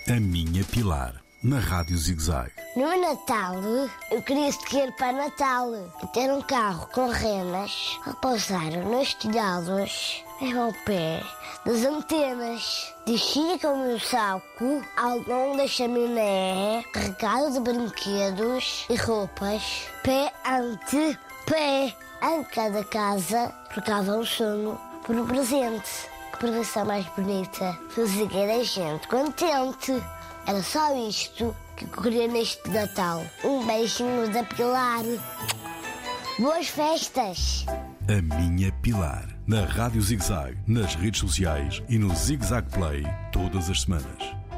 A minha Pilar, na Rádio ZigZag. No Natal, eu queria escolher para Natal ter um carro com renas a pousar nos telhados, ao pé das antenas. Descia com o meu saco ao longo da chaminé, carregado de brinquedos e roupas, pé ante pé. Em cada casa trocava um sonho por um presente. Que profissão mais bonita, fazer a gente contente. Era só isto que ocorria neste Natal. Um beijinho da Pilar. Boas festas! A minha Pilar, na Rádio ZigZag, nas redes sociais e no ZigZag Play, todas as semanas.